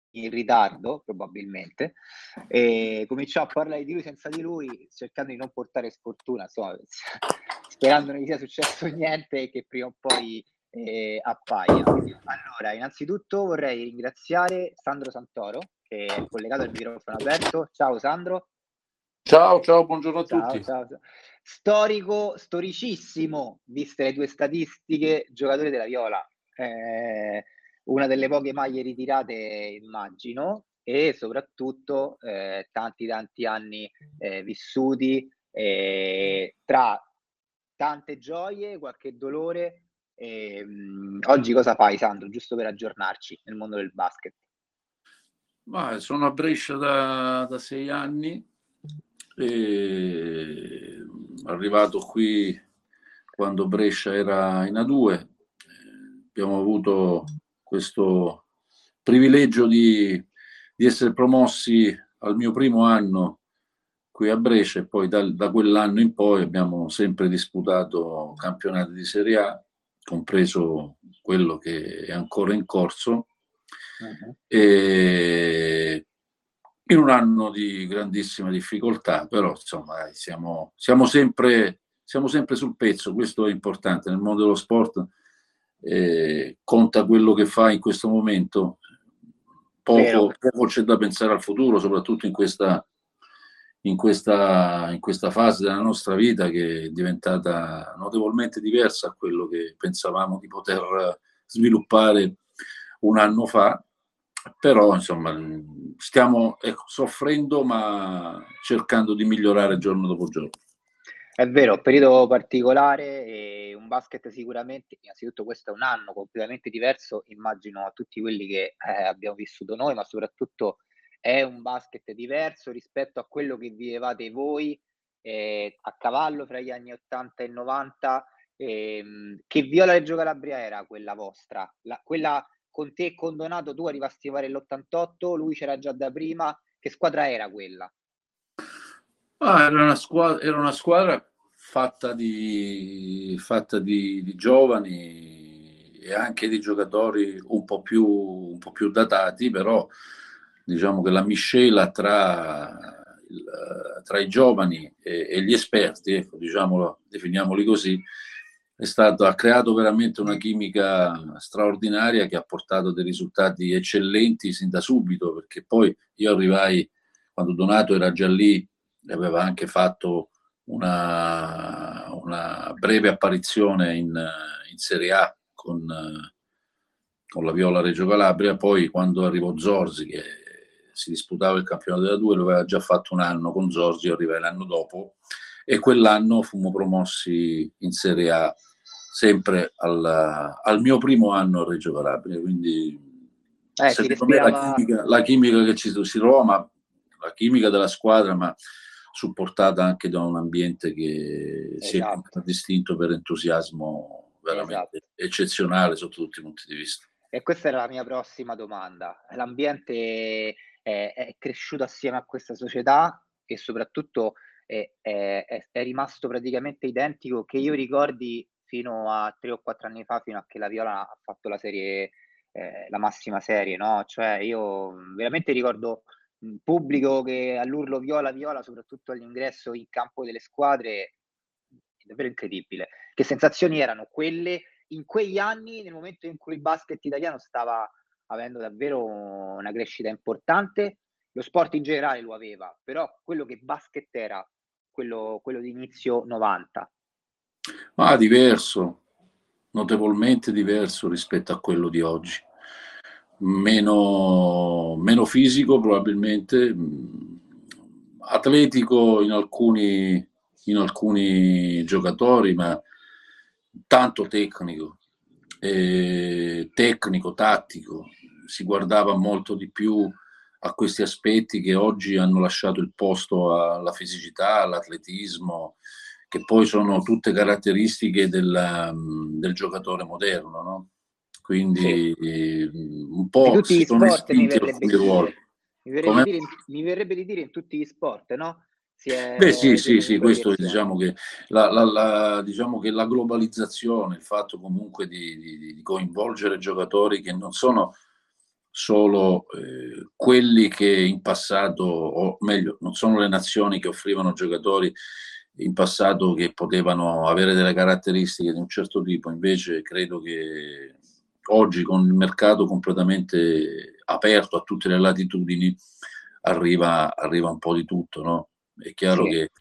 in ritardo, probabilmente, e cominciò a parlare di lui senza di lui, cercando di non portare sfortuna, insomma, sperando non gli sia successo niente e che prima o poi appaia. Allora, innanzitutto vorrei ringraziare Sandro Santoro, che è collegato al microfono aperto. Ciao Sandro. Ciao, buongiorno a tutti. Ciao. Storicissimo, viste le tue statistiche, giocatore della Viola. Una delle poche maglie ritirate, immagino, e soprattutto tanti anni vissuti tra tante gioie, qualche dolore. Oggi cosa fai, Sandro, giusto per aggiornarci nel mondo del basket? Ma sono a Brescia da 6 anni, arrivato qui quando Brescia era in A2. Abbiamo avuto questo privilegio di essere promossi al mio primo anno qui a Brescia, e poi da quell'anno in poi abbiamo sempre disputato campionati di Serie A, compreso quello che è ancora in corso. E in un anno di grandissima difficoltà, però insomma siamo sempre sul pezzo. Questo è importante nel mondo dello sport. Conta quello che fa in questo momento, poco c'è da pensare al futuro, soprattutto in questa fase della nostra vita che è diventata notevolmente diversa a quello che pensavamo di poter sviluppare un anno fa. Però insomma stiamo soffrendo, ma cercando di migliorare giorno dopo giorno. È vero, periodo particolare e un basket sicuramente, innanzitutto questo è un anno completamente diverso, immagino, a tutti quelli che abbiamo vissuto noi, ma soprattutto è un basket diverso rispetto a quello che vivevate voi a cavallo fra gli anni 80 e 90. Che Viola Reggio Calabria era quella vostra? Quella con te e con Donato, tu arrivasti a fare l'88, lui c'era già da prima. Che squadra era quella? Era una squadra fatta di giovani e anche di giocatori un po' più datati, però diciamo che la miscela tra i giovani e gli esperti, ecco, definiamoli così, ha creato veramente una chimica straordinaria che ha portato dei risultati eccellenti sin da subito, perché poi io arrivai quando Donato era già lì, aveva anche fatto una breve apparizione in Serie A con la Viola Reggio Calabria. Poi quando arrivò Zorzi, che si disputava il campionato della 2, lo aveva già fatto un anno con Zorzi, io arrivai l'anno dopo, e quell'anno fummo promossi in Serie A, sempre al mio primo anno a Reggio Calabria. Quindi secondo me la chimica che si trova, ma la chimica della squadra, ma supportata anche da un ambiente che si è contraddistinto per entusiasmo veramente eccezionale sotto tutti i punti di vista. E questa era la mia prossima domanda. L'ambiente è cresciuto assieme a questa società e soprattutto è rimasto praticamente identico, che io ricordi fino a 3 o 4 anni fa, fino a che la Viola ha fatto la serie, la massima serie, no? Cioè io veramente ricordo un pubblico che all'urlo Viola, Viola, soprattutto all'ingresso in campo delle squadre, davvero incredibile. Che sensazioni erano quelle in quegli anni, nel momento in cui il basket italiano stava avendo davvero una crescita importante? Lo sport in generale lo aveva, però quello che basket era, quello di inizio 90. Ma diverso, notevolmente diverso rispetto a quello di oggi. Meno fisico probabilmente, atletico in alcuni giocatori, ma tanto tecnico, tattico. Si guardava molto di più a questi aspetti che oggi hanno lasciato il posto alla fisicità, all'atletismo, che poi sono tutte caratteristiche del giocatore moderno, no? Quindi un po' di tutti gli sport mi verrebbe di dire in tutti gli sport, no? Sì, questo diciamo che diciamo che la globalizzazione, il fatto comunque di coinvolgere giocatori che non sono solo quelli che in passato, o meglio, non sono le nazioni che offrivano giocatori in passato che potevano avere delle caratteristiche di un certo tipo. Invece credo che oggi, con il mercato completamente aperto a tutte le latitudini, arriva un po' di tutto, no? È chiaro Sì. che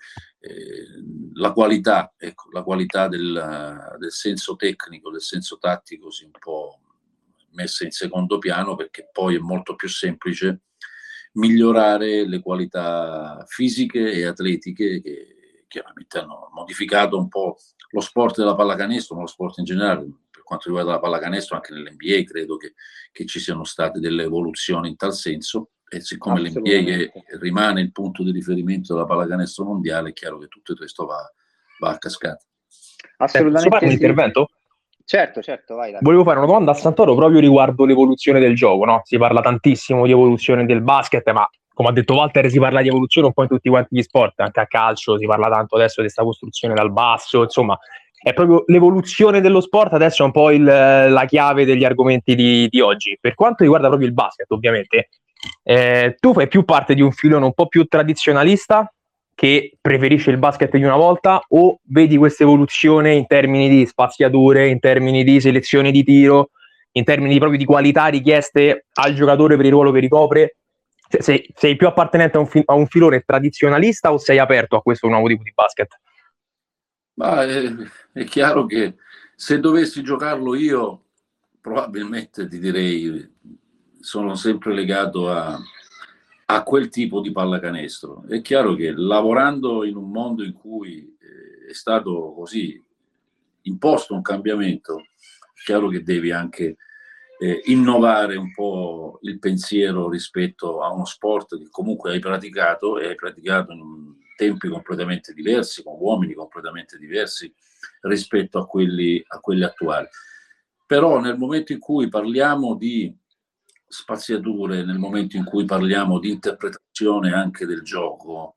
la qualità, ecco, la qualità del senso tecnico, del senso tattico si è un po' messa in secondo piano, perché poi è molto più semplice migliorare le qualità fisiche e atletiche che chiaramente hanno modificato un po' lo sport della pallacanestro, ma lo sport in generale. Per quanto riguarda la pallacanestro, anche nell'NBA credo che ci siano state delle evoluzioni in tal senso, e siccome l'NBA rimane il punto di riferimento della pallacanestro mondiale, è chiaro che tutto questo va a cascata. Posso fare un intervento? Certo, vai. Volevo fare una domanda a Santoro proprio riguardo l'evoluzione del gioco, no? Si parla tantissimo di evoluzione del basket, ma come ha detto Walter, si parla di evoluzione un po' in tutti quanti gli sport, anche a calcio si parla tanto adesso di questa costruzione dal basso, insomma, è proprio l'evoluzione dello sport adesso è un po' la chiave degli argomenti di oggi. Per quanto riguarda proprio il basket, ovviamente, tu fai più parte di un filone un po' più tradizionalista, che preferisce il basket di una volta, o vedi questa evoluzione in termini di spaziature, in termini di selezione di tiro, in termini proprio di qualità richieste al giocatore per il ruolo che ricopre? Sei più appartenente a un filone tradizionalista o sei aperto a questo nuovo tipo di basket? Ma è chiaro che se dovessi giocarlo io, probabilmente ti direi sono sempre legato a quel tipo di pallacanestro. È chiaro che lavorando in un mondo in cui è stato così imposto un cambiamento, è chiaro che devi anche innovare un po' il pensiero rispetto a uno sport che comunque hai praticato, e hai praticato in tempi completamente diversi, con uomini completamente diversi rispetto a quelli attuali. Però nel momento in cui parliamo di spaziature, nel momento in cui parliamo di interpretazione anche del gioco,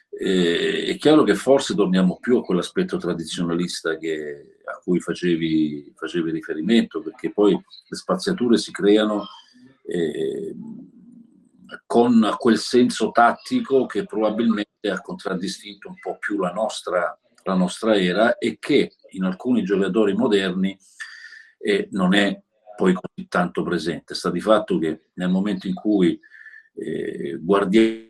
è chiaro che forse torniamo più a quell'aspetto tradizionalista a cui facevi riferimento, perché poi le spaziature si creano con quel senso tattico che probabilmente ha contraddistinto un po' più la nostra era, e che in alcuni giocatori moderni non è poi così tanto presente. Sta di fatto che nel momento in cui guardiamo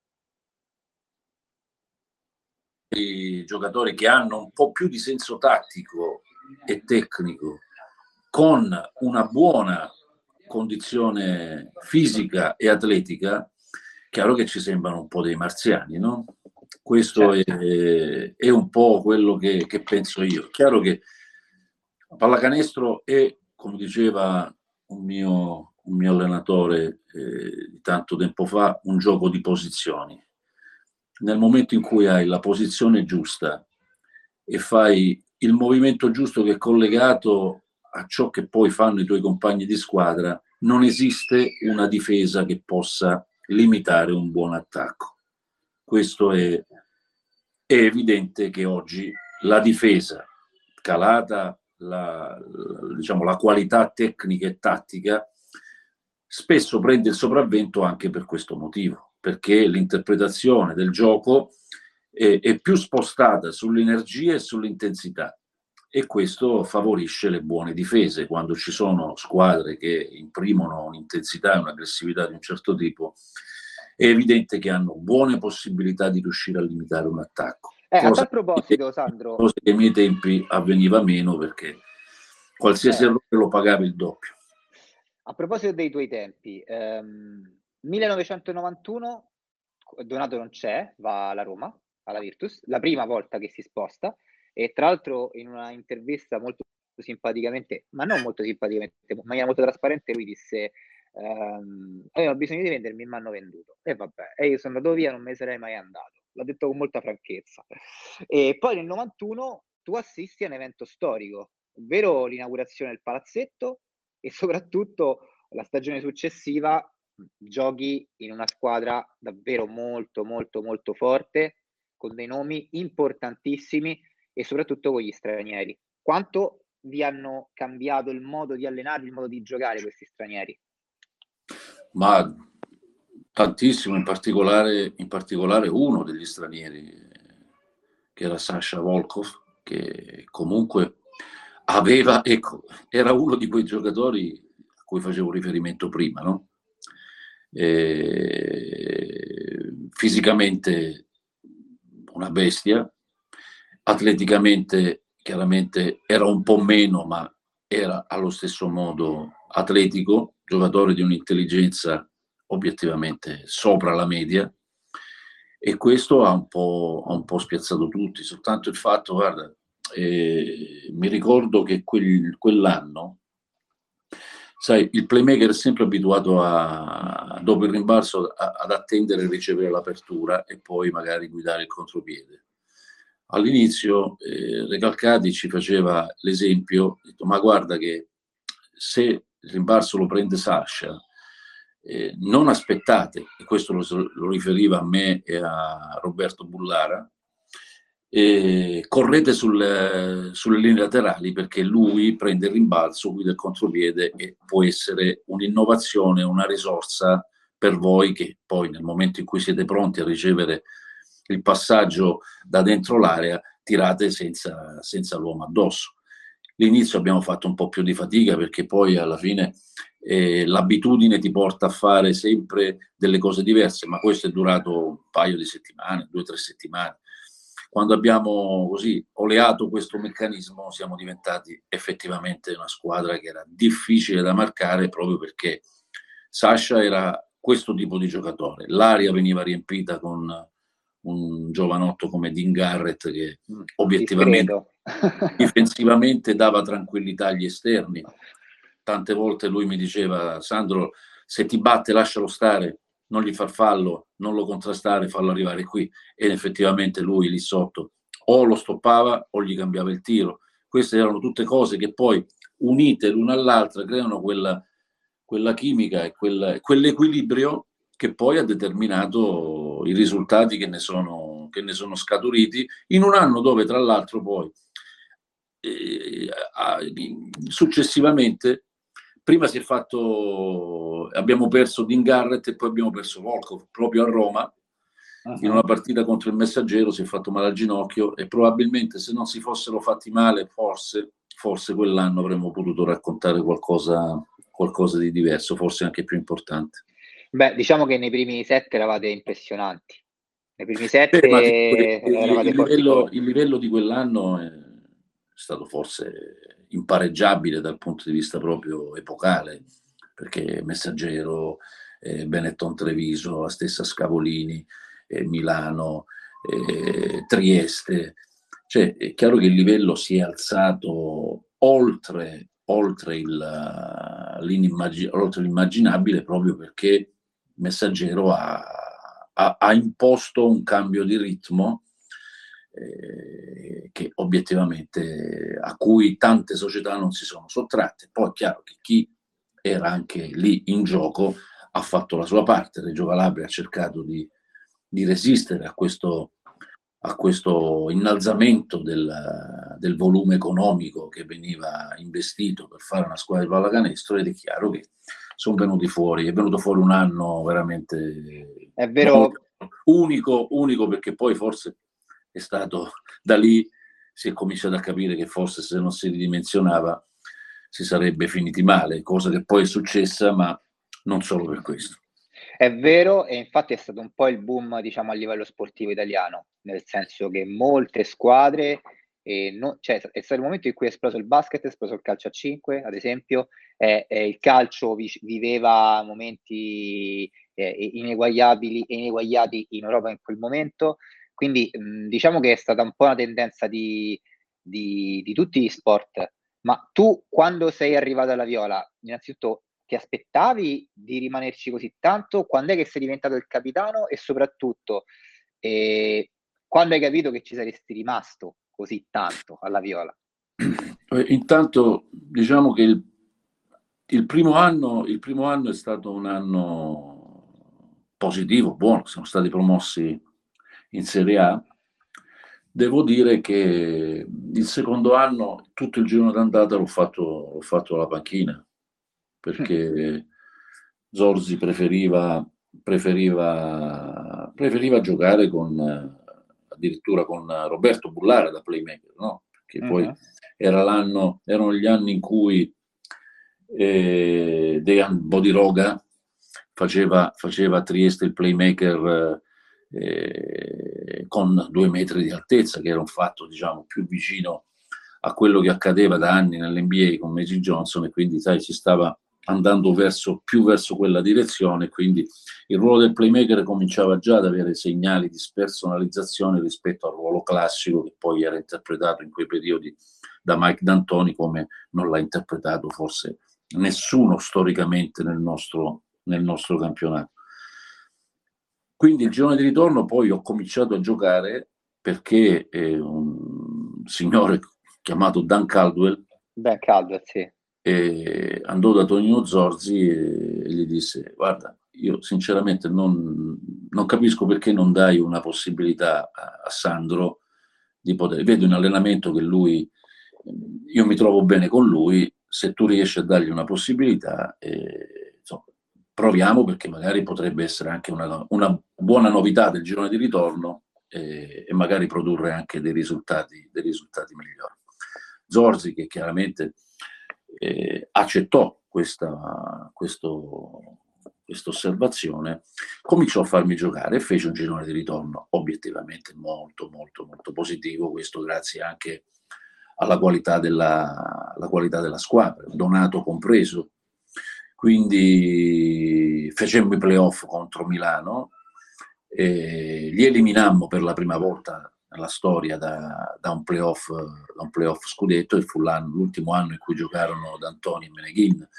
i giocatori che hanno un po' più di senso tattico e tecnico, con una buona condizione fisica e atletica, chiaro che ci sembrano un po' dei marziani, no? Questo è un po' quello che penso io. Chiaro che la pallacanestro è, come diceva un mio allenatore di tanto tempo fa, un gioco di posizioni. Nel momento in cui hai la posizione giusta e fai il movimento giusto che è collegato a ciò che poi fanno i tuoi compagni di squadra, non esiste una difesa che possa limitare un buon attacco. Questo è evidente che oggi la difesa, calata la qualità tecnica e tattica, spesso prende il sopravvento anche per questo motivo, perché l'interpretazione del gioco è più spostata sull'energia e sull'intensità, e questo favorisce le buone difese. Quando ci sono squadre che imprimono un'intensità e un'aggressività di un certo tipo, è evidente che hanno buone possibilità di riuscire a limitare un attacco. A tal proposito, Sandro, cosa che ai miei tempi avveniva meno, perché qualsiasi errore lo pagavi il doppio. A proposito dei tuoi tempi, 1991 Donato non c'è, va alla Roma, alla Virtus, la prima volta che si sposta, e tra l'altro in una intervista molto simpaticamente, ma non molto simpaticamente, in maniera molto trasparente, lui disse avevo bisogno di vendermi, mi hanno venduto, e vabbè, e io sono andato via, non me ne sarei mai andato, l'ho detto con molta franchezza. E poi nel 91 tu assisti a un evento storico, ovvero l'inaugurazione del palazzetto, e soprattutto la stagione successiva giochi in una squadra davvero molto molto molto forte, con dei nomi importantissimi e soprattutto con gli stranieri. Quanto vi hanno cambiato il modo di allenare, il modo di giocare questi stranieri? Ma tantissimo, in particolare uno degli stranieri, che era Sasha Volkov, che comunque aveva, ecco, era uno di quei giocatori a cui facevo riferimento prima, no? Fisicamente una bestia, atleticamente chiaramente era un po' meno, ma era allo stesso modo atletico, giocatore di un'intelligenza obiettivamente sopra la media, e questo ha un po' spiazzato tutti. Soltanto il fatto, guarda, mi ricordo che quell'anno, sai, il playmaker è sempre abituato dopo il rimbalzo ad attendere e ricevere l'apertura e poi magari guidare il contropiede. All'inizio Recalcati ci faceva l'esempio, detto, ma guarda che se il rimbalzo lo prende Sasha, non aspettate, e questo lo riferiva a me e a Roberto Bullara, correte sulle linee laterali, perché lui prende il rimbalzo, guida il contropiede e può essere un'innovazione, una risorsa per voi, che poi nel momento in cui siete pronti a ricevere il passaggio da dentro l'area tirate senza l'uomo addosso. L'inizio abbiamo fatto un po' più di fatica, perché poi alla fine l'abitudine ti porta a fare sempre delle cose diverse, ma questo è durato un paio di settimane, 2 o 3 settimane. Quando abbiamo così oleato questo meccanismo, siamo diventati effettivamente una squadra che era difficile da marcare, proprio perché Sasha era questo tipo di giocatore. L'area veniva riempita con un giovanotto come Dean Garrett, che obiettivamente difensivamente dava tranquillità agli esterni. Tante volte lui mi diceva: Sandro, se ti batte lascialo stare, non gli far fallo, non lo contrastare, fallo arrivare qui. Ed effettivamente lui lì sotto o lo stoppava o gli cambiava il tiro. Queste erano tutte cose che poi, unite l'una all'altra, creano quella chimica e quell'equilibrio che poi ha determinato i risultati che ne sono scaturiti in un anno dove, tra l'altro, poi successivamente prima abbiamo perso Dean Garrett e poi abbiamo perso Volkov proprio a Roma. In una partita contro il Messaggero si è fatto male al ginocchio, e probabilmente se non si fossero fatti male, forse quell'anno avremmo potuto raccontare qualcosa di diverso, forse anche più importante. Beh, diciamo che nei primi 7 eravate impressionanti. Nei primi 7 eravate il livello di quell'anno è stato forse impareggiabile dal punto di vista proprio epocale, perché Messaggero, Benetton Treviso, la stessa Scavolini, Milano, Trieste, cioè è chiaro che il livello si è alzato oltre l'immaginabile, proprio perché Messaggero ha imposto un cambio di ritmo che obiettivamente a cui tante società non si sono sottratte. Poi è chiaro che chi era anche lì in gioco ha fatto la sua parte. Reggio Calabria ha cercato di resistere a questo innalzamento del volume economico che veniva investito per fare una squadra di pallacanestro, ed è chiaro che è venuto fuori un anno veramente, è vero, unico, perché poi forse è stato da lì si è cominciato a capire che forse se non si ridimensionava si sarebbe finiti male, cosa che poi è successa, ma non solo per questo. È vero, e infatti è stato un po' il boom, diciamo, a livello sportivo italiano, nel senso che molte squadre, cioè, è stato il momento in cui è esploso il basket, è esploso il calcio a 5, ad esempio, il calcio viveva momenti ineguagliabili e ineguagliati in Europa in quel momento, quindi diciamo che è stata un po' una tendenza di tutti gli sport. Ma tu, quando sei arrivato alla Viola, innanzitutto ti aspettavi di rimanerci così tanto? Quando è che sei diventato il capitano? E soprattutto, quando hai capito che ci saresti rimasto così tanto alla Viola? Intanto diciamo che il primo anno è stato un anno positivo, buono, siamo stati promossi in Serie A. Devo dire che il secondo anno, tutto il giorno d'andata l'ho fatto alla panchina, perché Zorzi preferiva giocare addirittura con Roberto Bullara da playmaker, no? Perché poi erano gli anni in cui Dejan Bodiroga faceva a Trieste il playmaker con 2 metri di altezza, che era un fatto, diciamo, più vicino a quello che accadeva da anni nell'NBA con Magic Johnson, e quindi sai, si stava andando più verso quella direzione, quindi il ruolo del playmaker cominciava già ad avere segnali di spersonalizzazione rispetto al ruolo classico che poi era interpretato in quei periodi da Mike D'Antoni come non l'ha interpretato forse nessuno storicamente nel nostro campionato. Quindi il girone di ritorno poi ho cominciato a giocare perché un signore chiamato Dan Caldwell, sì, andò da Tonino Zorzi e gli disse: guarda, io sinceramente non capisco perché non dai una possibilità a Sandro di poter, vedo in allenamento che lui, io mi trovo bene con lui, se tu riesci a dargli una possibilità, insomma, proviamo, perché magari potrebbe essere anche una buona novità del girone di ritorno, e magari produrre anche dei risultati migliori. Zorzi, che chiaramente accettò questa osservazione, cominciò a farmi giocare e fece un girone di ritorno obiettivamente molto molto molto positivo, questo grazie anche alla qualità della squadra, Donato compreso. Quindi facemmo i playoff contro Milano, li eliminammo per la prima volta nella storia da un playoff scudetto, e fu l'ultimo anno in cui giocarono D'Antoni e Meneghin,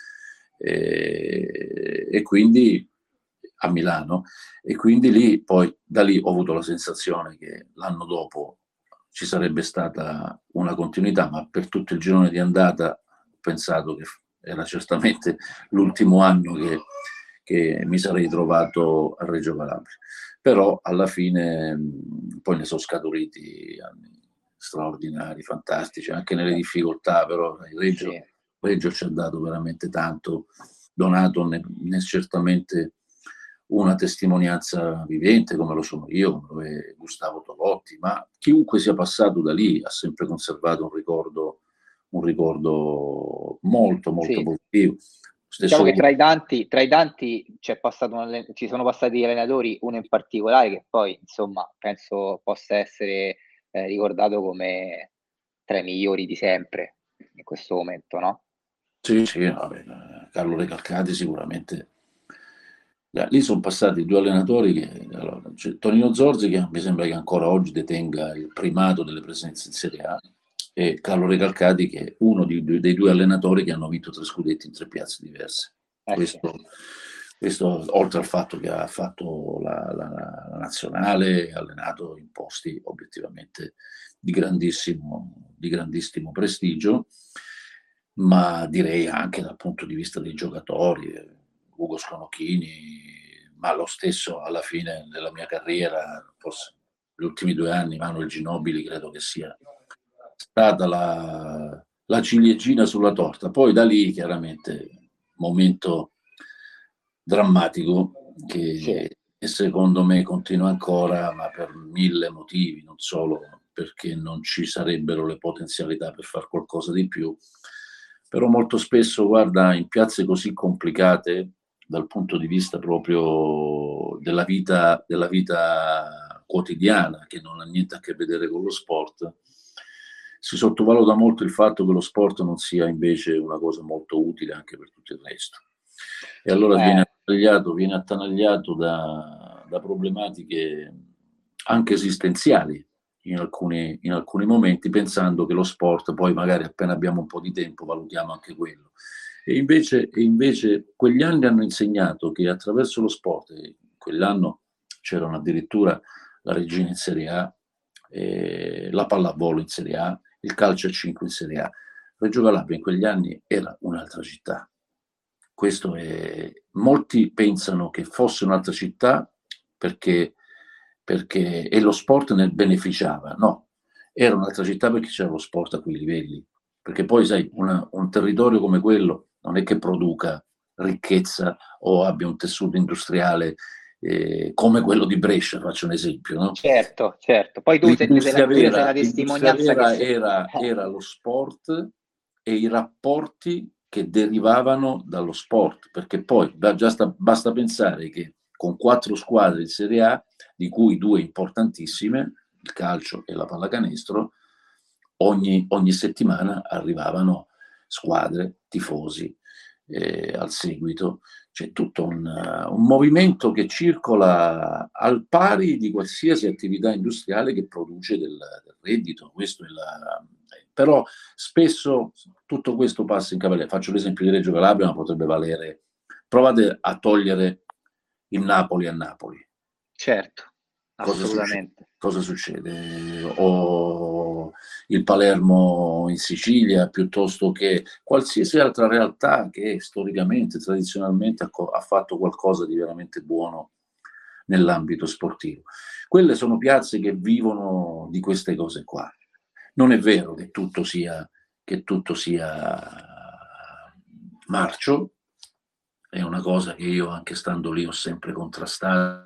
e quindi a Milano, e quindi da lì ho avuto la sensazione che l'anno dopo ci sarebbe stata una continuità, ma per tutto il girone di andata ho pensato che era certamente l'ultimo anno che mi sarei trovato a Reggio Calabria. Però alla fine poi ne sono scaturiti anni straordinari, fantastici, anche nelle difficoltà, però Reggio ci ha dato veramente tanto. Donato ne è certamente una testimonianza vivente, come lo sono io, come lo è Gustavo Tolotti, ma chiunque sia passato da lì ha sempre conservato un ricordo molto molto positivo. Diciamo che tra i tanti ci sono passati allenatori, uno in particolare che poi insomma penso possa essere ricordato come tra i migliori di sempre in questo momento, no? Sì, vabbè, Carlo Recalcati sicuramente. Lì sono passati 2 allenatori Tonino Zorzi, che mi sembra che ancora oggi detenga il primato delle presenze in Serie A, e Carlo Recalcati, che è uno dei 2 allenatori che hanno vinto 3 scudetti in 3 piazze diverse. Questo oltre al fatto che ha fatto la nazionale, ha allenato in posti obiettivamente di grandissimo prestigio, ma direi anche dal punto di vista dei giocatori, Ugo Sconocchini, ma lo stesso alla fine della mia carriera, forse gli ultimi 2 anni, Manuel Ginobili credo che sia stata la ciliegina sulla torta. Poi da lì chiaramente momento drammatico che secondo me continua ancora, ma per 1000 motivi, non solo perché non ci sarebbero le potenzialità per fare qualcosa di più, però molto spesso, guarda, in piazze così complicate dal punto di vista proprio della vita quotidiana, che non ha niente a che vedere con lo sport, si sottovaluta molto il fatto che lo sport non sia invece una cosa molto utile anche per tutto il resto. E allora viene attanagliato da problematiche anche esistenziali in alcuni momenti, pensando che lo sport, poi magari appena abbiamo un po' di tempo valutiamo anche quello. E invece quegli anni hanno insegnato che attraverso lo sport, in quell'anno c'erano addirittura la Regina in Serie A, la pallavolo in Serie A, il calcio a 5 in Serie A. Reggio Calabria in quegli anni era un'altra città. Molti pensano che fosse un'altra città perché e lo sport ne beneficiava. No, era un'altra città perché c'era lo sport a quei livelli. Perché poi, sai, un territorio come quello non è che produca ricchezza o abbia un tessuto industriale come quello di Brescia, faccio un esempio, no? Certo, certo. Poi tu sei L'industria la testimonianza vera che... era lo sport e i rapporti che derivavano dallo sport, perché poi basta pensare che con 4 squadre in Serie A, di cui 2 importantissime, il calcio e la pallacanestro, ogni settimana arrivavano squadre, tifosi al seguito. C'è tutto un movimento che circola al pari di qualsiasi attività industriale che produce del reddito. Però spesso tutto questo passa in cavaliere. Faccio l'esempio di Reggio Calabria, ma potrebbe valere. Provate a togliere il Napoli a Napoli. Certo, assolutamente. Cosa succede? O il Palermo in Sicilia, piuttosto che qualsiasi altra realtà che storicamente, tradizionalmente ha fatto qualcosa di veramente buono nell'ambito sportivo. Quelle sono piazze che vivono di queste cose qua. Non è vero che tutto sia marcio, è una cosa che io, anche stando lì, ho sempre contrastato.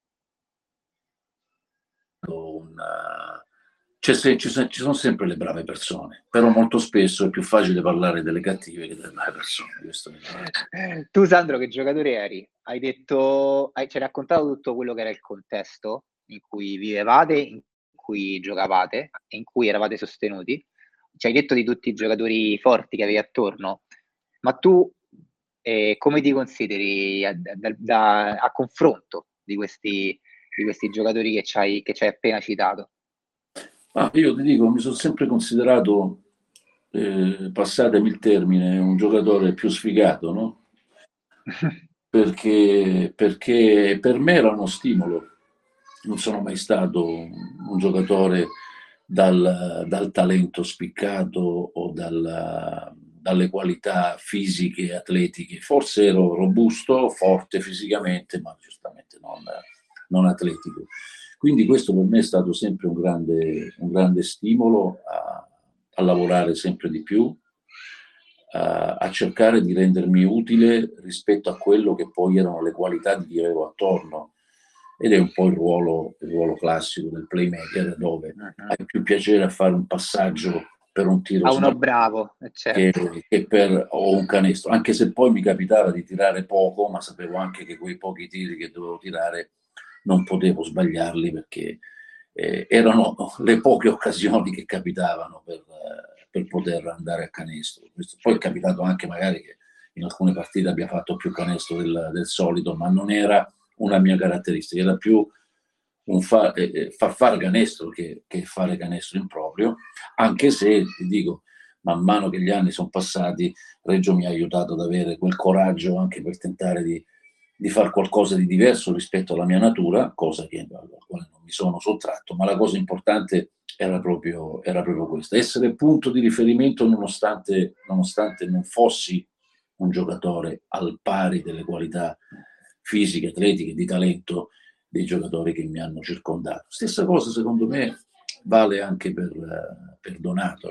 Ci sono sempre le brave persone, però molto spesso è più facile parlare delle cattive che delle brave persone. Tu, Sandro, che giocatore eri? Hai ci hai raccontato tutto quello che era il contesto in cui vivevate, in cui giocavate e in cui eravate sostenuti. Ci hai detto di tutti i giocatori forti che avevi attorno, ma tu come ti consideri a confronto di questi giocatori che ci hai appena citato? Io ti dico, mi sono sempre considerato, passatemi il termine, un giocatore più sfigato, no? Perché per me era uno stimolo. Non sono mai stato un giocatore dal talento spiccato o dalle qualità fisiche e atletiche. Forse ero robusto, forte fisicamente, ma giustamente non atletico. Quindi questo per me è stato sempre un grande stimolo a lavorare sempre di più, a cercare di rendermi utile rispetto a quello che poi erano le qualità di chi avevo attorno. Ed è un po' il ruolo classico del playmaker, dove hai più piacere a fare un passaggio per un tiro a uno bravo, certo. che o un canestro, anche se poi mi capitava di tirare poco, ma sapevo anche che quei pochi tiri che dovevo tirare non potevo sbagliarli, perché erano le poche occasioni che capitavano per poter andare a canestro. Poi è capitato anche magari che in alcune partite abbia fatto più canestro del solito, ma non era una mia caratteristica, era più far fare canestro che fare canestro in proprio, anche se, ti dico, man mano che gli anni sono passati, Reggio mi ha aiutato ad avere quel coraggio anche per tentare di fare qualcosa di diverso rispetto alla mia natura, cosa alla quale non mi sono sottratto, ma la cosa importante era proprio questa: essere punto di riferimento nonostante non fossi un giocatore al pari delle qualità fisiche, atletiche, di talento dei giocatori che mi hanno circondato. Stessa cosa, secondo me, vale anche per Donato,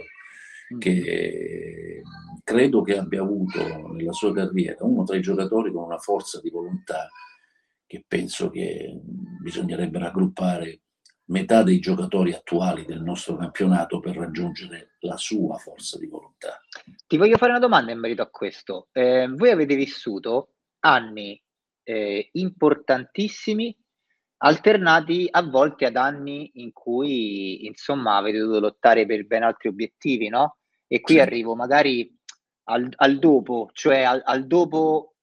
che credo che abbia avuto nella sua carriera uno tra i giocatori con una forza di volontà che penso che bisognerebbe raggruppare metà dei giocatori attuali del nostro campionato per raggiungere la sua forza di volontà. Ti voglio fare una domanda in merito a questo. Voi avete vissuto anni importantissimi, alternati a volte ad anni in cui, insomma, avete dovuto lottare per ben altri obiettivi, no? E qui arrivo magari al dopo, cioè al dopo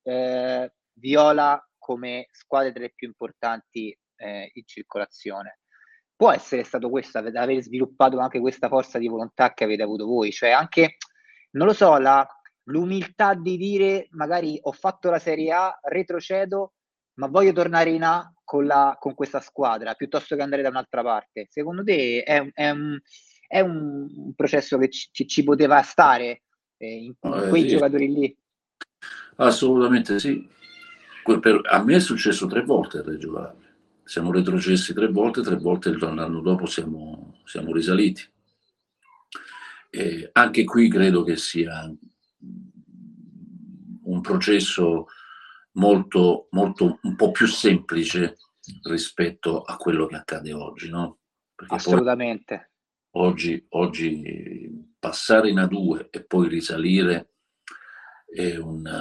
Viola come squadre tra le più importanti in circolazione. Può essere stato questo, aver sviluppato anche questa forza di volontà che avete avuto voi, cioè anche, non lo so, l'umiltà di dire magari ho fatto la Serie A, retrocedo, ma voglio tornare in A con questa squadra piuttosto che andare da un'altra parte. Secondo te è un processo che ci poteva stare in quei giocatori lì? Assolutamente sì. A me è successo 3 volte a Reggio Calabria. Siamo retrocessi 3 volte l'anno dopo siamo risaliti. Anche qui credo che sia un processo molto, molto, un po' più semplice rispetto a quello che accade oggi, no? Perché assolutamente. Poi oggi passare in A2 e poi risalire è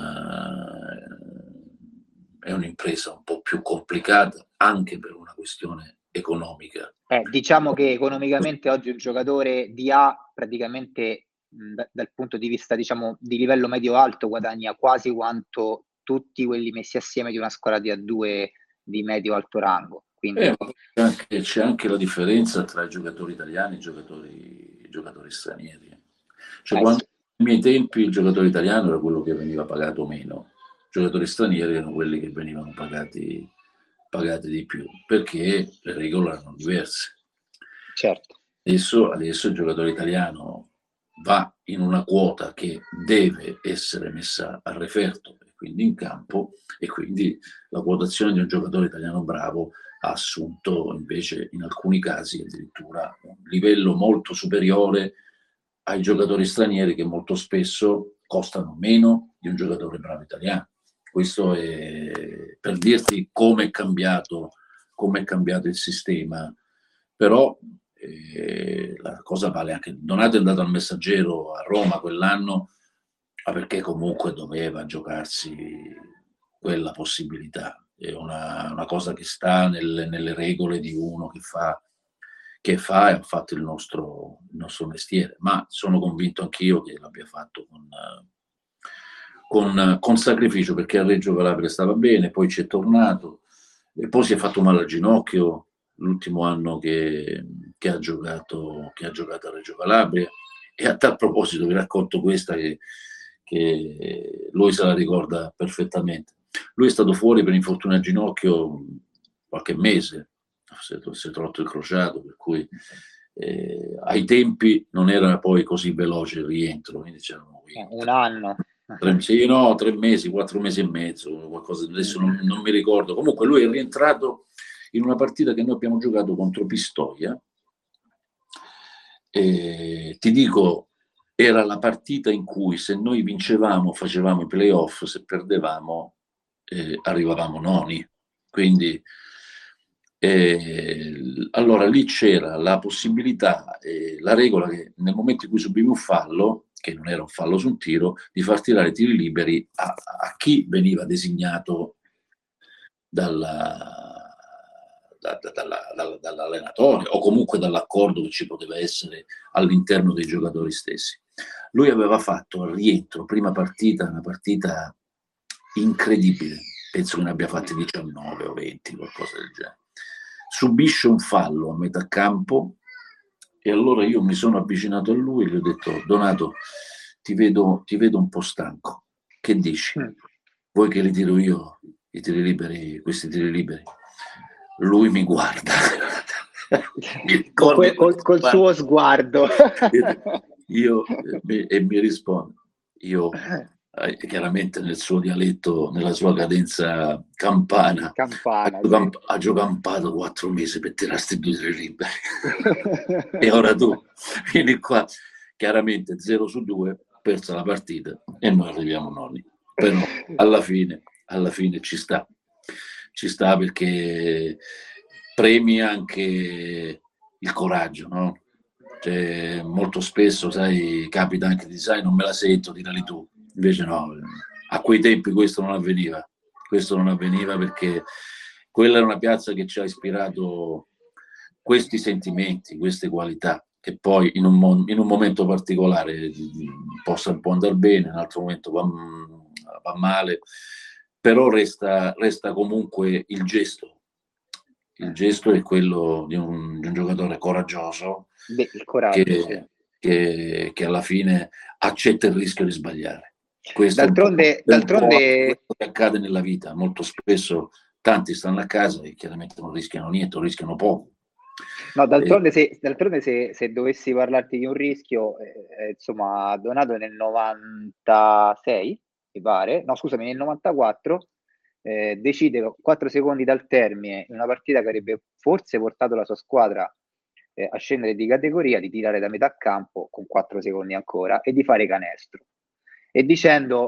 un'impresa un po' più complicata anche per una questione economica. Diciamo che economicamente oggi un giocatore di A praticamente dal punto di vista, diciamo, di livello medio-alto guadagna quasi quanto tutti quelli messi assieme di una squadra di A2 di medio-alto rango. Quindi c'è anche la differenza tra i giocatori italiani e i giocatori stranieri. Cioè, quando ai miei tempi il giocatore italiano era quello che veniva pagato meno, i giocatori stranieri erano quelli che venivano pagati di più, perché le regole erano diverse. certo. Adesso il giocatore italiano va in una quota che deve essere messa a referto e quindi in campo, e quindi la quotazione di un giocatore italiano bravo ha assunto invece in alcuni casi addirittura un livello molto superiore ai giocatori stranieri, che molto spesso costano meno di un giocatore bravo italiano. Questo è per dirti come è cambiato il sistema. Però la cosa vale anche. Donato è andato al Messaggero a Roma quell'anno perché comunque doveva giocarsi quella possibilità. È una cosa che sta nelle regole di uno che fa e ha fatto il nostro mestiere, ma sono convinto anch'io che l'abbia fatto con sacrificio, perché a Reggio Calabria stava bene, poi ci è tornato e poi si è fatto male al ginocchio l'ultimo anno che ha giocato a Reggio Calabria. E a tal proposito vi racconto questa che lui se la ricorda perfettamente. Lui è stato fuori per infortunio al ginocchio qualche mese, si è tolto il crociato, per cui ai tempi non era poi così veloce il rientro, quindi c'erano un anno. 3 mesi, 4 mesi e mezzo, qualcosa, adesso non mi ricordo. Comunque lui è rientrato in una partita che noi abbiamo giocato contro Pistoia. Ti dico, era la partita in cui se noi vincevamo facevamo i playoff, se perdevamo arrivavamo noni. Quindi allora lì c'era la possibilità, la regola che nel momento in cui subivi un fallo, che non era un fallo su un tiro, di far tirare tiri liberi a chi veniva designato dall'allenatore o comunque dall'accordo che ci poteva essere all'interno dei giocatori stessi. Lui aveva fatto al rientro, prima partita, una partita incredibile, penso che ne abbia fatti 19 o 20, qualcosa del genere. Subisce un fallo a metà campo e allora io mi sono avvicinato a lui e gli ho detto: Donato, ti vedo un po' stanco, che dici? Vuoi che li tiro io i tiri liberi, questi tiri liberi? Lui mi guarda col suo sguardo e mi risponde, io chiaramente nel suo dialetto, nella sua cadenza campana, ha giocato 4 mesi per tirarsi 2 tiri liberi e ora tu vieni qua, chiaramente 0-2, persa la partita e noi arriviamo nonni. Però alla fine ci sta perché premi anche il coraggio, no? Cioè, molto spesso, sai, capita anche di, sai, non me la sento, tirali tu. Invece no, a quei tempi questo non avveniva perché quella era una piazza che ci ha ispirato questi sentimenti, queste qualità, che poi in un momento particolare può andare bene, in un altro momento va male, però resta comunque il gesto. Il gesto è quello di un giocatore coraggioso, il coraggio, che alla fine accetta il rischio di sbagliare. Questo d'altronde che accade nella vita. Molto spesso tanti stanno a casa e chiaramente non rischiano niente, o rischiano poco. No, d'altronde se dovessi parlarti di un rischio, insomma, Donato nel 96, mi pare, no scusami, nel 94 decide 4 secondi dal termine, in una partita che avrebbe forse portato la sua squadra a scendere di categoria, di tirare da metà campo con 4 secondi ancora e di fare canestro. E dicendo: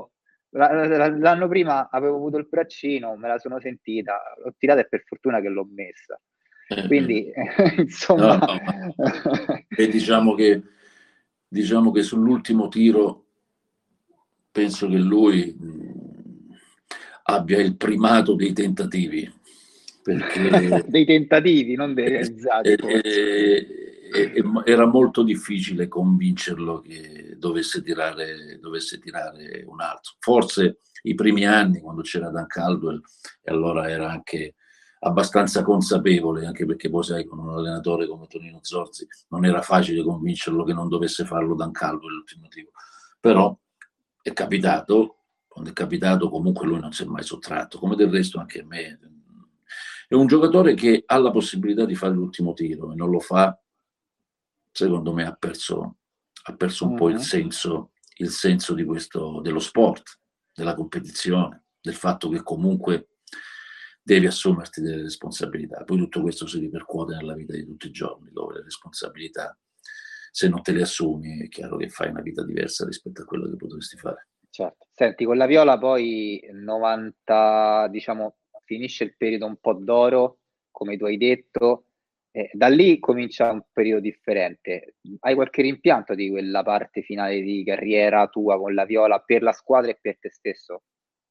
L'anno prima avevo avuto il braccino, me la sono sentita, l'ho tirata e per fortuna che l'ho messa. Quindi, insomma... No, e diciamo che sull'ultimo tiro penso che lui abbia il primato dei tentativi, perché dei tentativi, non dei realizzati, forse. era molto difficile convincerlo che dovesse tirare un altro. Forse i primi anni, quando c'era Dan Caldwell, e allora era anche abbastanza consapevole, anche perché poi sai, con un allenatore come Tonino Zorzi non era facile convincerlo che non dovesse farlo Dan Caldwell l'ultimo tiro. Però è capitato, quando è capitato comunque lui non si è mai sottratto, come del resto anche a me. È un giocatore che ha la possibilità di fare l'ultimo tiro e non lo fa, secondo me ha perso un po' il senso di questo, dello sport, della competizione, del fatto che comunque devi assumerti delle responsabilità. Poi tutto questo si ripercuote nella vita di tutti i giorni, dove le responsabilità, se non te le assumi, è chiaro che fai una vita diversa rispetto a quello che potresti fare. Certo. Senti, con la Viola poi 90, diciamo, finisce il periodo un po' d'oro, come tu hai detto, da lì comincia un periodo differente. Hai qualche rimpianto di quella parte finale di carriera tua con la Viola per la squadra e per te stesso?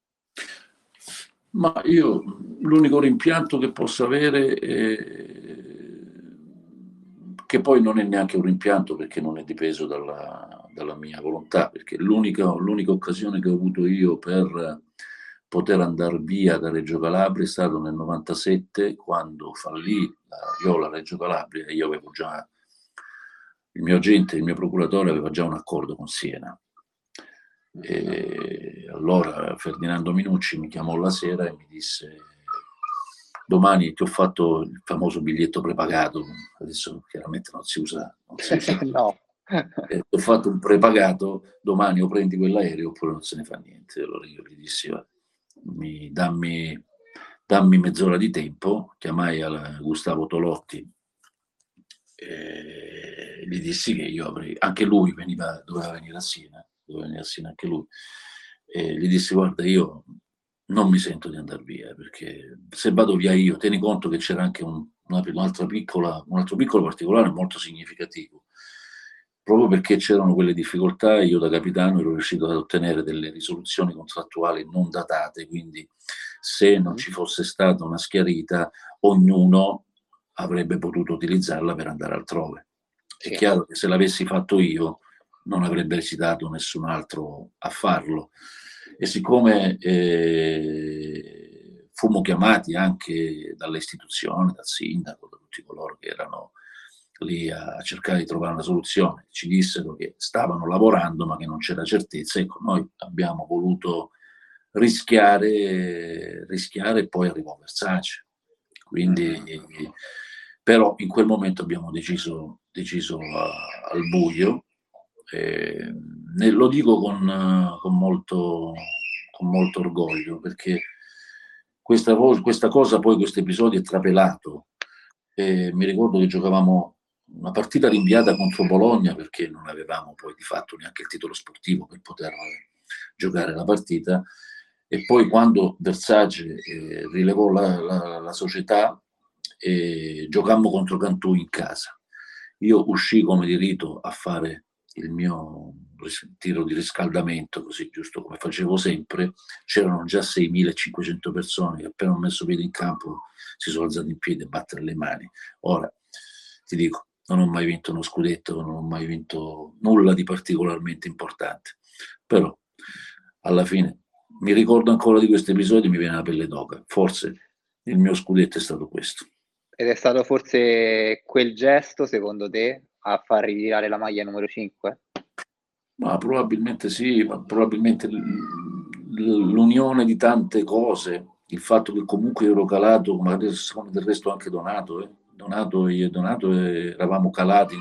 Ma io l'unico rimpianto che posso avere è che poi non è neanche un rimpianto, perché non è dipeso dalla mia volontà, perché l'unica occasione che ho avuto io per poter andare via da Reggio Calabria è stato nel 97, quando fallì la Viola a Reggio Calabria, e io avevo già, il mio agente, il mio procuratore aveva già un accordo con Siena. E allora Ferdinando Minucci mi chiamò la sera e mi disse: domani ti ho fatto il famoso biglietto prepagato, adesso chiaramente non si usa No. Ti ho fatto un prepagato, domani o prendi quell'aereo oppure non se ne fa niente. Allora io gli dissi: dammi mezz'ora di tempo. Chiamai a Gustavo Tolotti e gli dissi che io avrei, anche lui doveva venire a Siena anche lui, e gli dissi: guarda, io non mi sento di andare via, perché se vado via io, tieni conto che c'era anche un altro piccolo particolare molto significativo. Proprio perché c'erano quelle difficoltà, io da capitano ero riuscito ad ottenere delle risoluzioni contrattuali non datate, quindi se non ci fosse stata una schiarita, ognuno avrebbe potuto utilizzarla per andare altrove. È chiaro che se l'avessi fatto io non avrebbe esitato nessun altro a farlo. E siccome fummo chiamati anche dalle istituzioni, dal sindaco, da tutti coloro che erano lì a cercare di trovare una soluzione, ci dissero che stavano lavorando ma che non c'era certezza, ecco, noi abbiamo voluto rischiare e poi arrivò Versace. Quindi, però in quel momento abbiamo deciso al buio. Lo dico con molto orgoglio, perché questa cosa, poi questo episodio è trapelato. Mi ricordo che giocavamo una partita rinviata contro Bologna, perché non avevamo poi di fatto neanche il titolo sportivo per poter giocare la partita, e poi quando Versace rilevò la società, giocammo contro Cantù in casa. Io uscii come di rito a fare il mio tiro di riscaldamento, così giusto come facevo sempre. C'erano già 6.500 persone che appena ho messo piede in campo si sono alzati in piedi a battere le mani. Ora, ti dico, non ho mai vinto uno scudetto, non ho mai vinto nulla di particolarmente importante, però alla fine mi ricordo ancora di questo episodio e mi viene la pelle d'oca. Forse il mio scudetto è stato questo. Ed è stato forse quel gesto, secondo te, a far ritirare la maglia numero 5? Ma probabilmente sì, ma probabilmente l'unione di tante cose, il fatto che comunque ero calato, ma come del resto anche Donato, io e Donato eravamo calati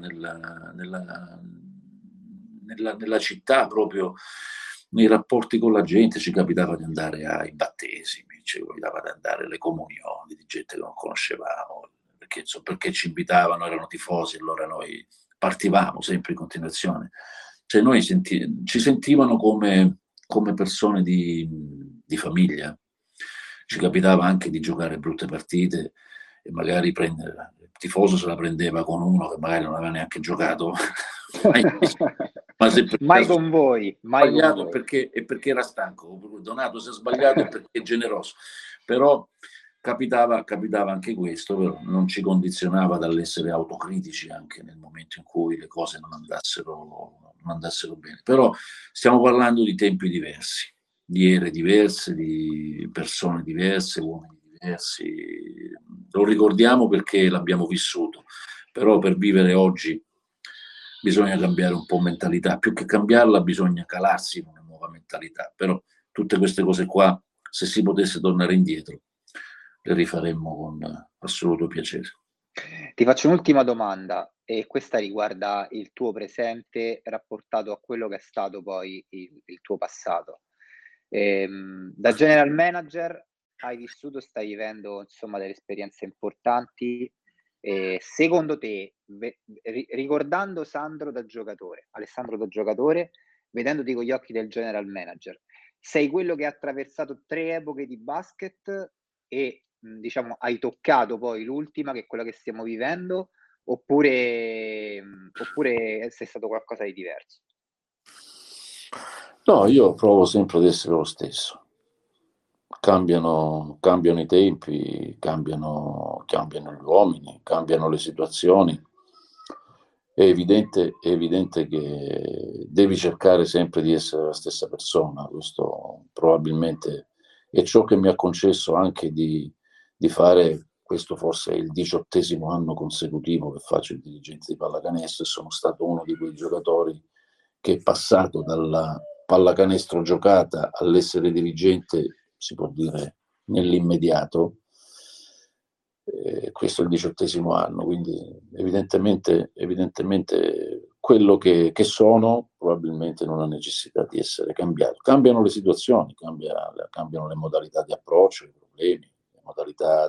nella città, proprio nei rapporti con la gente. Ci capitava di andare ai battesimi, ci capitava di andare alle comunioni di gente che non conoscevamo, perché ci invitavano, erano tifosi, allora noi partivamo sempre in continuazione. Cioè noi ci sentivano come come persone di famiglia. Ci capitava anche di giocare brutte partite e magari il tifoso se la prendeva con uno che magari non aveva neanche giocato ma se per mai caso con voi, mai con sbagliato voi. è perché era stanco. Donato si è sbagliato è perché è generoso, però capitava anche questo, però non ci condizionava dall'essere autocritici anche nel momento in cui le cose non andassero bene. Però stiamo parlando di tempi diversi, di ere diverse, di persone diverse, uomini diversi. Lo ricordiamo perché l'abbiamo vissuto, però per vivere oggi bisogna cambiare un po' mentalità. Più che cambiarla bisogna calarsi in una nuova mentalità. Però tutte queste cose qua, se si potesse tornare indietro, le rifaremmo con assoluto piacere. Ti faccio un'ultima domanda, e questa riguarda il tuo presente rapportato a quello che è stato poi il tuo passato. Da general manager hai vissuto, stai vivendo insomma delle esperienze importanti. Secondo te, ricordando Alessandro da giocatore, vedendoti con gli occhi del general manager, sei quello che ha attraversato 3 epoche di basket e diciamo hai toccato poi l'ultima, che è quella che stiamo vivendo, oppure sei stato qualcosa di diverso? No, io provo sempre ad essere lo stesso. Cambiano i tempi, cambiano gli uomini, cambiano le situazioni. È evidente che devi cercare sempre di essere la stessa persona. Questo probabilmente è ciò che mi ha concesso anche di fare, questo forse è il 18° anno consecutivo che faccio il dirigente di pallacanestro, e sono stato uno di quei giocatori che è passato dalla pallacanestro giocata all'essere dirigente, si può dire, nell'immediato. Questo è il 18° anno, quindi evidentemente quello che sono probabilmente non ha necessità di essere cambiato. Cambiano le situazioni, cambiano le modalità di approccio, i problemi, le modalità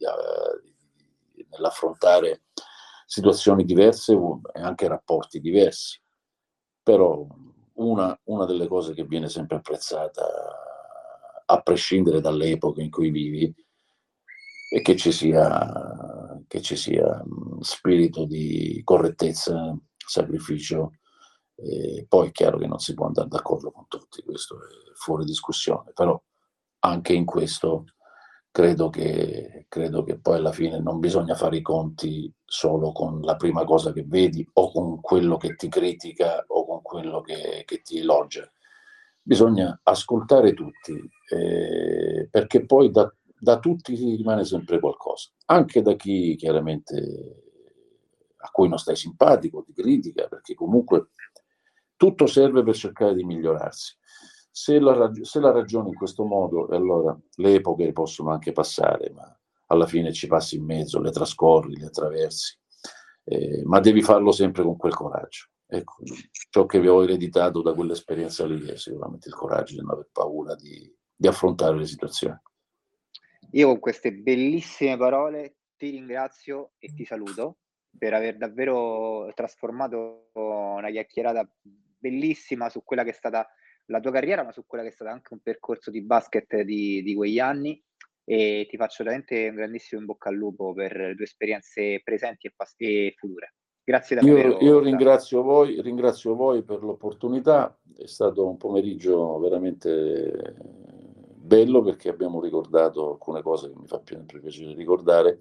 nell'affrontare situazioni diverse e anche rapporti diversi. Però una delle cose che viene sempre apprezzata, a prescindere dalle epoche in cui vivi, è che ci sia spirito di correttezza, sacrificio. Poi è chiaro che non si può andare d'accordo con tutti, questo è fuori discussione, però anche in questo credo che poi alla fine non bisogna fare i conti solo con la prima cosa che vedi o con quello che ti critica o con quello che ti elogia. Bisogna ascoltare tutti, perché poi da tutti rimane sempre qualcosa, anche da chi chiaramente a cui non stai simpatico, ti critica, perché comunque tutto serve per cercare di migliorarsi. Se la ragioni in questo modo, allora le epoche possono anche passare, ma alla fine ci passi in mezzo, le trascorri, le attraversi, ma devi farlo sempre con quel coraggio. Ecco, ciò che vi ho ereditato da quell'esperienza lì è sicuramente il coraggio di non aver paura di affrontare le situazioni. Io con queste bellissime parole ti ringrazio e ti saluto per aver davvero trasformato una chiacchierata bellissima su quella che è stata la tua carriera, ma su quella che è stato anche un percorso di basket di quegli anni, e ti faccio veramente un grandissimo in bocca al lupo per le tue esperienze presenti e future. Grazie davvero. Io ringrazio voi per l'opportunità, è stato un pomeriggio veramente bello, perché abbiamo ricordato alcune cose che mi fa sempre piacere ricordare.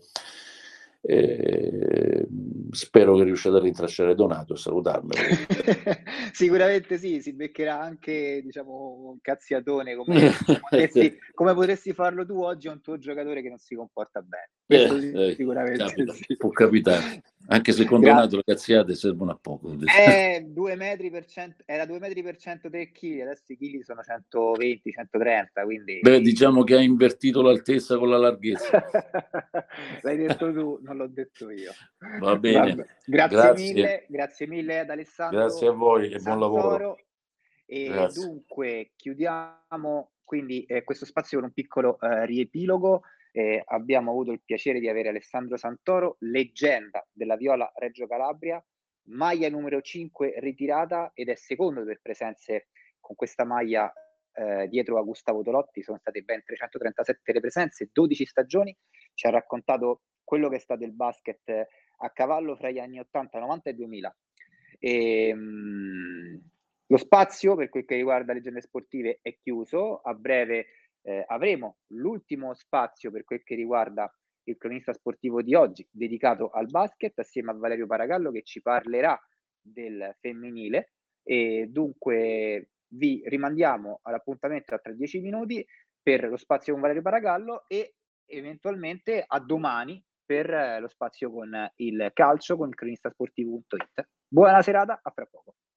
Spero che riusciate a rintracciare Donato e salutarmelo. Sicuramente sì, si beccherà anche, diciamo, un cazziatone come potresti farlo tu oggi a un tuo giocatore che non si comporta bene. Questo sicuramente capita, sì. può capitare, anche se con Donato le cazziate servono a poco. 2 metri per 100, era 2 metri per 103 kg, adesso i chili sono 120, 130, quindi... Beh, diciamo che ha invertito l'altezza con la larghezza. L'hai detto tu, non l'ho detto io. Va bene. Vabbè. Grazie mille ad Alessandro. Grazie a voi e buon lavoro. E Grazie. dunque chiudiamo quindi questo spazio con un piccolo riepilogo. Abbiamo avuto il piacere di avere Alessandro Santoro, leggenda della Viola Reggio Calabria, maglia numero 5 ritirata, ed è secondo per presenze con questa maglia dietro a Gustavo Tolotti sono state ben 337 le presenze, 12 stagioni, ci ha raccontato quello che è stato il basket a cavallo fra gli anni 80, 90 e 2000. Lo spazio per quel che riguarda Leggende Sportive è chiuso, a breve avremo l'ultimo spazio per quel che riguarda il cronista sportivo di oggi, dedicato al basket, assieme a Valerio Paragallo che ci parlerà del femminile, e dunque vi rimandiamo all'appuntamento tra 10 minuti per lo spazio con Valerio Paragallo e eventualmente a domani per lo spazio con il calcio con il cronistasportivo.it. Buona serata, a fra poco.